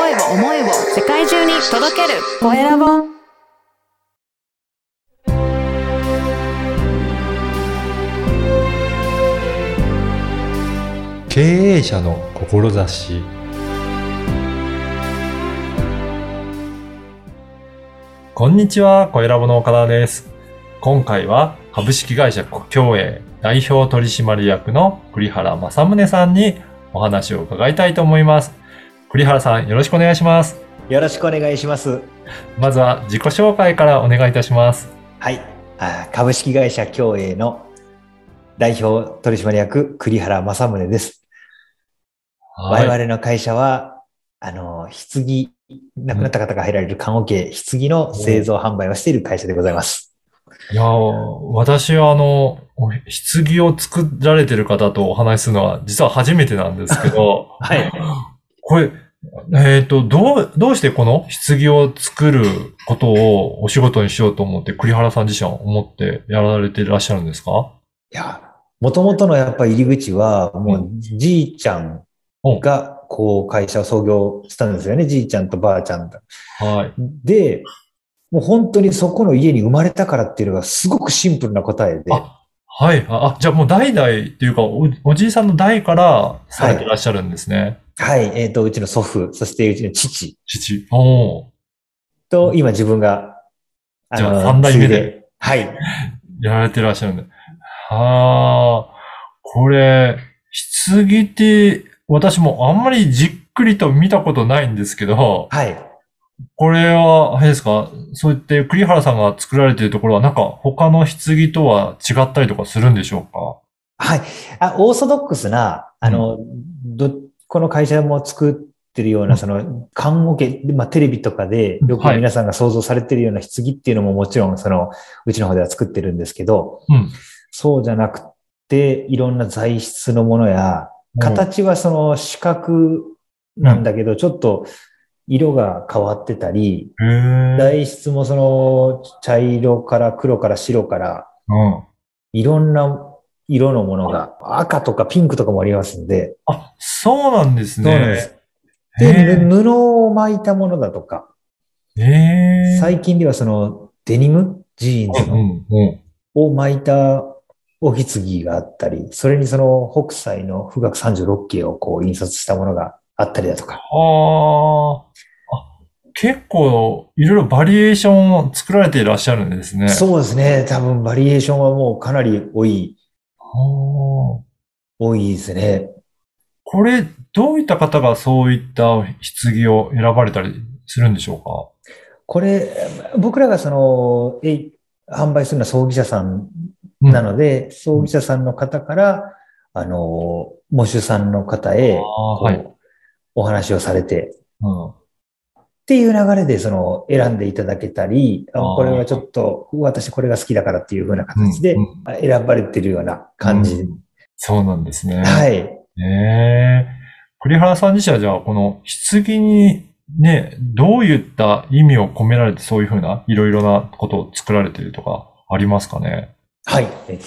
声を世界中に届けるコエラボ。 経営者の志。こんにちは、コエラボの岡田です。今回は株式会社共栄代表取締役の栗原正宗さんにお話を伺いたいと思います。栗原さん、よろしくお願いします。 よろしくお願いします。 まずは自己紹介からお願いいたします。 はい、株式会社共栄の代表取締役栗原正宗です。我々の会社は亡くなった方が入られる棺桶、棺の製造販売をしている会社でございます。 いや、私は棺を作られている方とお話しするのは実は初めてなんですけど、 はい。 これ、どうしてこの棺を作ることをお仕事にしようと思って栗原さん自身は思ってやられていらっしゃるんですか？ いや、もともとのやっぱり入り口はもうじいちゃんがこう会社を創業したんですよね。じいちゃんとばあちゃんと。 はい。 で、もう本当にそこの家に生まれたからっていうのがすごくシンプルな答えで。 はい。じゃあもう代々っていうかおじいさんの代からされていらっしゃるんですね。 はい。うちの祖父、そしてうちの父。と、今自分が、 じゃあ3代目で。 はい。 やられてらっしゃるんで。これ、棺って、私もあんまりじっくりと見たことないんですけど、 はい。 これは、あれですか、そう言って栗原さんが作られているところは、なんか他の棺とは違ったりとかするんでしょうか？ はい。オーソドックスな、この会社も作ってるような、棺桶、テレビとかでよく皆さんが想像されてるような棺っていうのももちろん、うちの方では作ってるんですけど、そうじゃなくて、いろんな材質のものや、形は四角なんだけど、ちょっと色が変わってたり、材質も茶色から黒から白から、いろんな色のものが、赤とかピンクとかもありますので。 そうなんですね。 そうなんです。で、布を巻いたものだとか、最近ではデニム、ジーンズを巻いたお棺があったり、それに北斎の富岳36景をこう印刷したものがあったりだとか。 結構いろいろバリエーションを作られていらっしゃるんですね。 そうですね。多分バリエーションはもうかなり多いですね。 これ、どういった方がそういった棺を選ばれたりするんでしょうか？ これ、僕らが販売するのは葬儀社さんなので、葬儀社さんの方から、喪主さんの方へ、お話をされて、っていう流れで、選んでいただけたり、これはちょっと、私これが好きだからっていう風な形で、選ばれてるような感じ。 そうなんですね。 はい。 栗原さん自身はじゃあ、この棺にね、どういった意味を込められてそういう風ないろいろなことを作られているとかありますかね？ はい。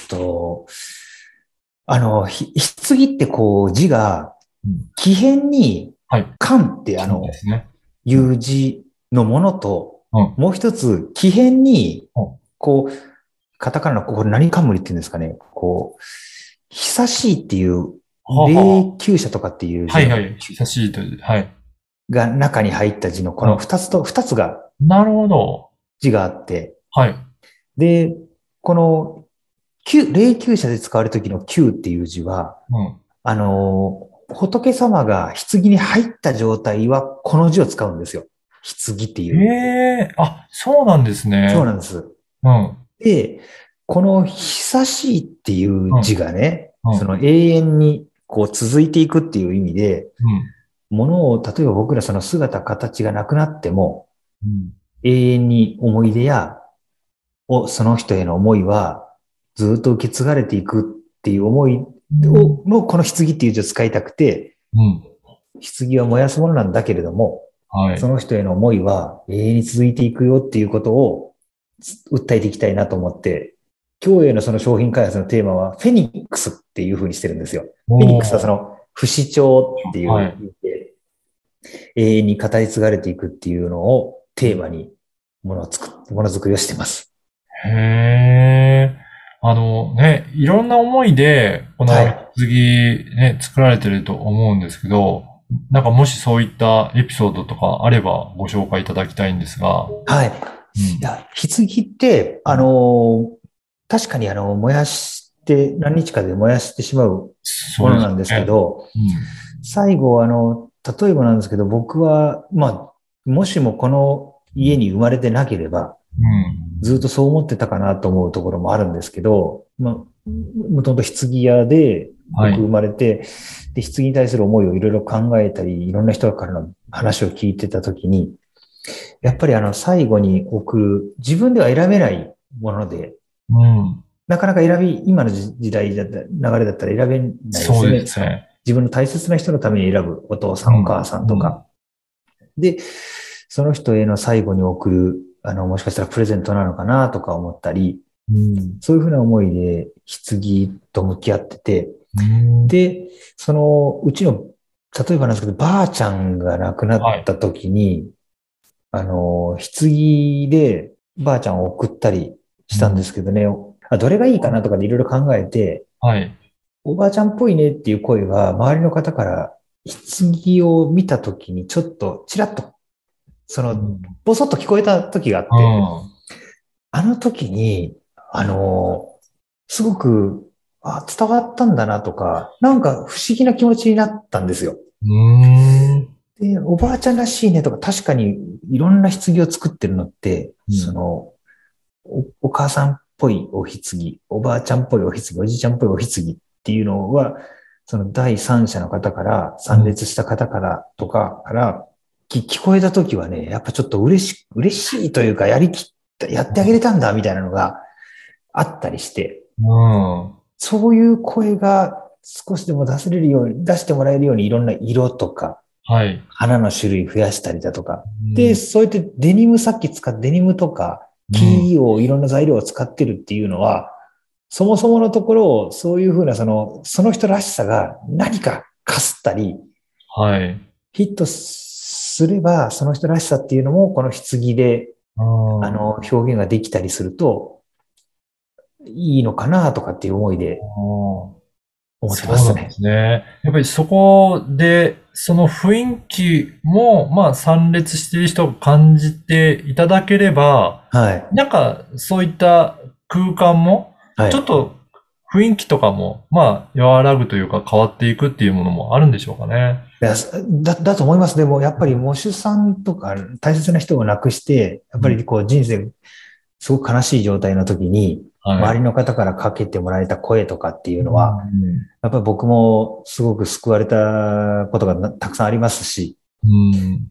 棺ってこう字が、木偏に、棺っていう字のものと、もう一つ、木偏に、こう、カタカナの、これ何冠って言うんですかね。こう、久しいっていう、霊柩車とかっていう字。 久しいという、 が中に入った字のこの二つが、 なるほど。 字があって、で、この、霊柩車で使われる時の柩っていう字は、仏様が棺に入った状態はこの字を使うんですよ。棺っていう。 そうなんですね。 そうなんです。で、この久しいっていう字がね、永遠にこう続いていくっていう意味で、ものを、例えば僕ら姿、形がなくなっても、永遠に思い出や、その人への思いはずっと受け継がれていくっていう思いのこの棺っていう字を使いたくて、棺は燃やすものなんだけれども、その人への思いは永遠に続いていくよっていうことを訴えていきたいなと思って、共栄の商品開発のテーマはフェニックスっていう風にしてるんですよ。フェニックスは不死鳥っていう意味で、 永遠に語り継がれていくっていうのをテーマにものづくりをしてます。 へえ。いろんな思いで、このはい。 次ね、作られてると思うんですけど、なんかもしそういったエピソードとかあればご紹介いただきたいんですが。 はい。いうん。 や、棺って、確かに燃やして、何日かで燃やしてしまうそうですものなんですけね。 ど、 うん。 最後、例えばなんですけど、僕は、まあ、もしもこの家に生まれてなければ、 うん。 ずっとそう思ってたかなと思うところもあるんですけど、まあ、もともと棺屋で僕生はい。 まれて、で、棺に対する思いをいろいろ考えたり、いろんな人からの話を聞いてたときに、やっぱり最後に置く、自分では選べないもので、 うん。 なかなか今の時代だった、流れだったら選べないでそうですよね。 すね。 自分の大切な人のために選ぶお父さん、おうん。 母さんとうん。 か。で、その人への最後に送る、もしかしたらプレゼントなのかなとか思ったり、 うん。 そういうふうな思いで棺と向き合ってて、 うん。 で、うちの、例えばなんですけど、ばあちゃんが亡くなはい。 った時に、棺でばあちゃんを送ったりしたんでうん。 すけどね、どれがいいかなとかでいろいろ考えて、 はい。 おばあちゃんっぽいねっていう声が周りの方から棺を見た時にちょっとちらっと、 うん。 ぼそっと聞こえた時があっうて、 ん。 あの時に、あの、すごく、伝わったんだなとか、なんか不思議な気持ちになったんですよ。 うーん。 で、おばあちゃんらしいねとか、確かにいろんな棺を作ってるのって、 うん。 お母さんっぽいお棺、おばあちゃんっぽいお棺、おじいちゃんっぽいお棺っていうのは、その第三者の方から、参うん。 列した方からとかから、聞こえたときはね、やっぱちょっと嬉しいというか、やりきった、やってあげれたんだ、みたいなのがあったりして、 うん。 そういう声が少しでも出してもらえるようにいろんな色とか、 はい。 花の種類増やしたりだとか。で、 うん。 そうやってさっき使ったデニムとか、 うん。 木をいろんな材料を使ってるっていうのは、そもそものところ、そういうふうなその人らしさが何かかすったり、 はい。 ヒットすれば、その人らしさっていうのも、この棺で、 うん。 表現ができたりすると、いいのかなとかっていう思いで思ってそうなんでますね。 すね。やっぱりそこで、その雰囲気も、まあ、参列している人が感じていただければ、 はい。 なんか、そういった空間も、 はい。 ちょっと雰囲気とかも、まあ、和らぐというか変わっていくっていうものもあるんでしょうかね。 いや、だと思います。でも、やっぱり、喪主さんとか、大切な人を亡くして、やっぱり、 うん。 こう、人生、すごく悲しい状態の時に、 はい。 周りの方からかけてもらえた声とかっていううのは、 ん。 やっぱり僕もすごく救われたことがたくさんありますし、 うん。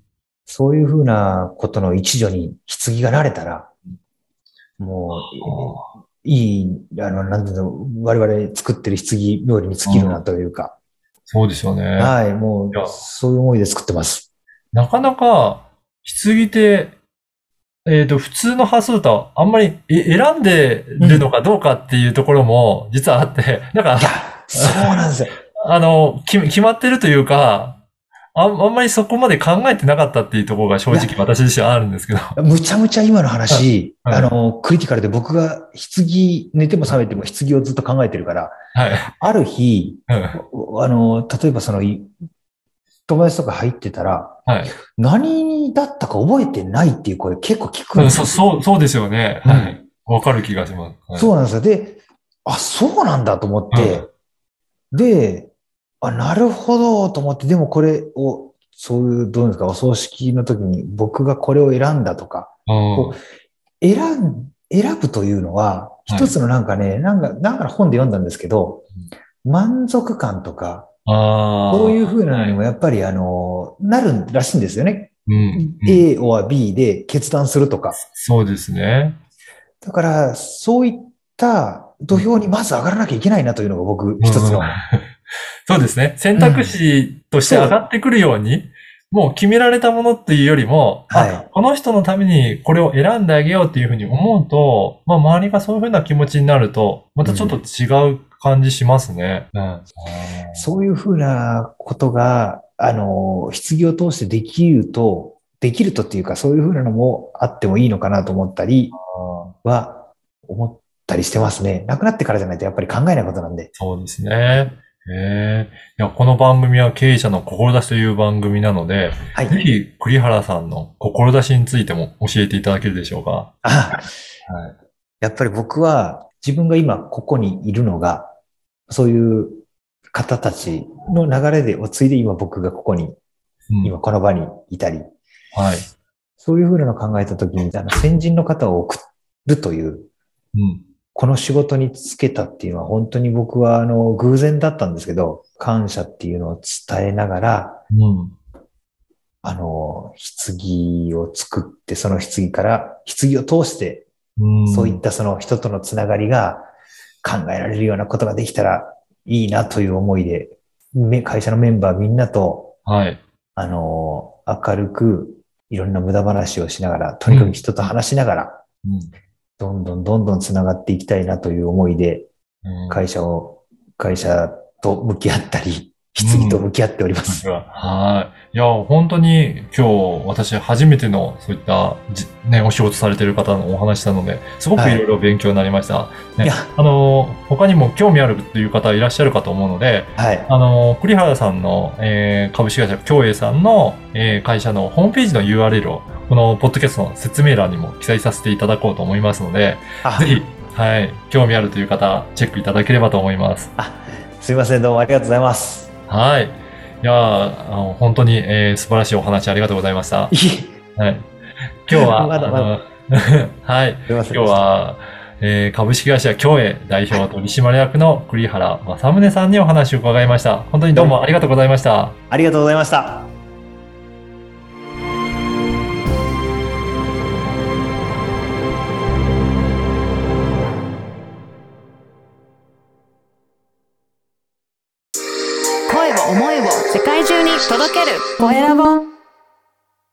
そういうふうなことの一助に棺がなれたら、もう、いい、なんていうの、我々作ってる棺料理に尽きるなうん。 というか、 そうですよね。 はい、もう、 いや、 そういう思いで作ってます。 なかなか、棺って、普通の端数とあんまり選んでるのうん。 かどうかっていうところも実はあって、なんいや、 か、 そうなんですよ。 決まってるというか、あんまりそこまで考えてなかったっていうところが正いや、 直私自身はあるんですけど。 むちゃむちゃ今のはい。 話、 はい。 クリティカルで僕が寝ても覚めても棺をずっと考えてるから、 はい。 ある日、 うん。 例えば友達とか入ってたら、 はい。 何だったか覚えてないっていう声結構聞くうん、 んですよ。 そうですよね。はい。 うん。 わかる気がします。はい。 そうなんですよ。で、そうなんだと思っうん。 て、で、なるほどと思って、でもこれを、そういう、どうですか、お葬式の時に僕がこれを選んだとか、 うこう、 ん。 選ぶというのは、 はい。 一つのなんかね、なんかの本で読んだんですけど、満足感とか、そういうああ風なー、はい。 のにもやっぱりなるらしいんですよね。 うん。うん。 A or B で決断するとか。 そうですね。 だから、そういった土俵にまず上がらなきゃいけないなというのが僕うん。うん。 一つの。 そうですね。選択うん。 肢として上がそう。 ってくるように、もう決められたものっていうよりも、あ、 はい。 この人のためにこれを選んであげようっていうふうに思うと、まあ周りがそういうふうな気持ちになると、またちょっとうん。 違う感じしますね。うん。あそういうふうなことが、 棺を通してできるとっていうか、そういうふうなのもあってもいいのかなと思ったり思ったりしてますね。亡くなってからじゃないとやっぱり考えないことなんで。 そうですね。いや、この番組は経営者の志という番組なので、 はい。 ぜひ栗原さんの志についても教えていただけるでしょうか。 あ、 はい。 やっぱり僕は自分が今ここにいるのが、そういう方たちの流れでを継いで今僕がここに、 うん。 今この場にいたり、 はい。 そういうふうなのを考えたときに、先人の方を送るという、 うん。 この仕事に就けたっていうのは本当に僕は偶然だったんですけど、感謝っていうのを伝えながら、 うん。 棺を作って、その棺から、棺を通して、 うそういっん。 たその人とのつながりが考えられるようなことができたらいいなという思いで、会社のメンバーみんなと、 はい。 明るくいろんな無駄話をしながら、とうん。 にかく人と話しながら、 うん。 どんどんつながっていきたいなという思いで、 うん。 会社と向き合ったり、棺とうん。 向き合っております。 はい。いや、本当に今日私初めてのそういったね、お仕事されてる方のお話なので、すごくはい。 いろいろ勉強になりました。ね、 いや、 他にも興味あるという方いらっしゃるかと思うので、 はい。 栗原さんの、株式会社共栄さんの、会社のホームページの URL をこのポッドキャストの説明欄にも記載させていただこうと思いますので、ぜあ、 ひ、はい、興味あるという方、チェックいただければと思います。 あ、すいません。どうもありがとうございます。 はい。いや本当に、素晴らしいお話ありがとうございました。 いはい。今日え、 は、 まだまだ、 はい。 すいません今日でした。 は、株式会社共栄代はい。 表取締役の栗原正宗さんにお話を伺いました。本当にどうどうももありがとうございました。 ありがとうございました。 声を思いを世界中に届けるコエラボ。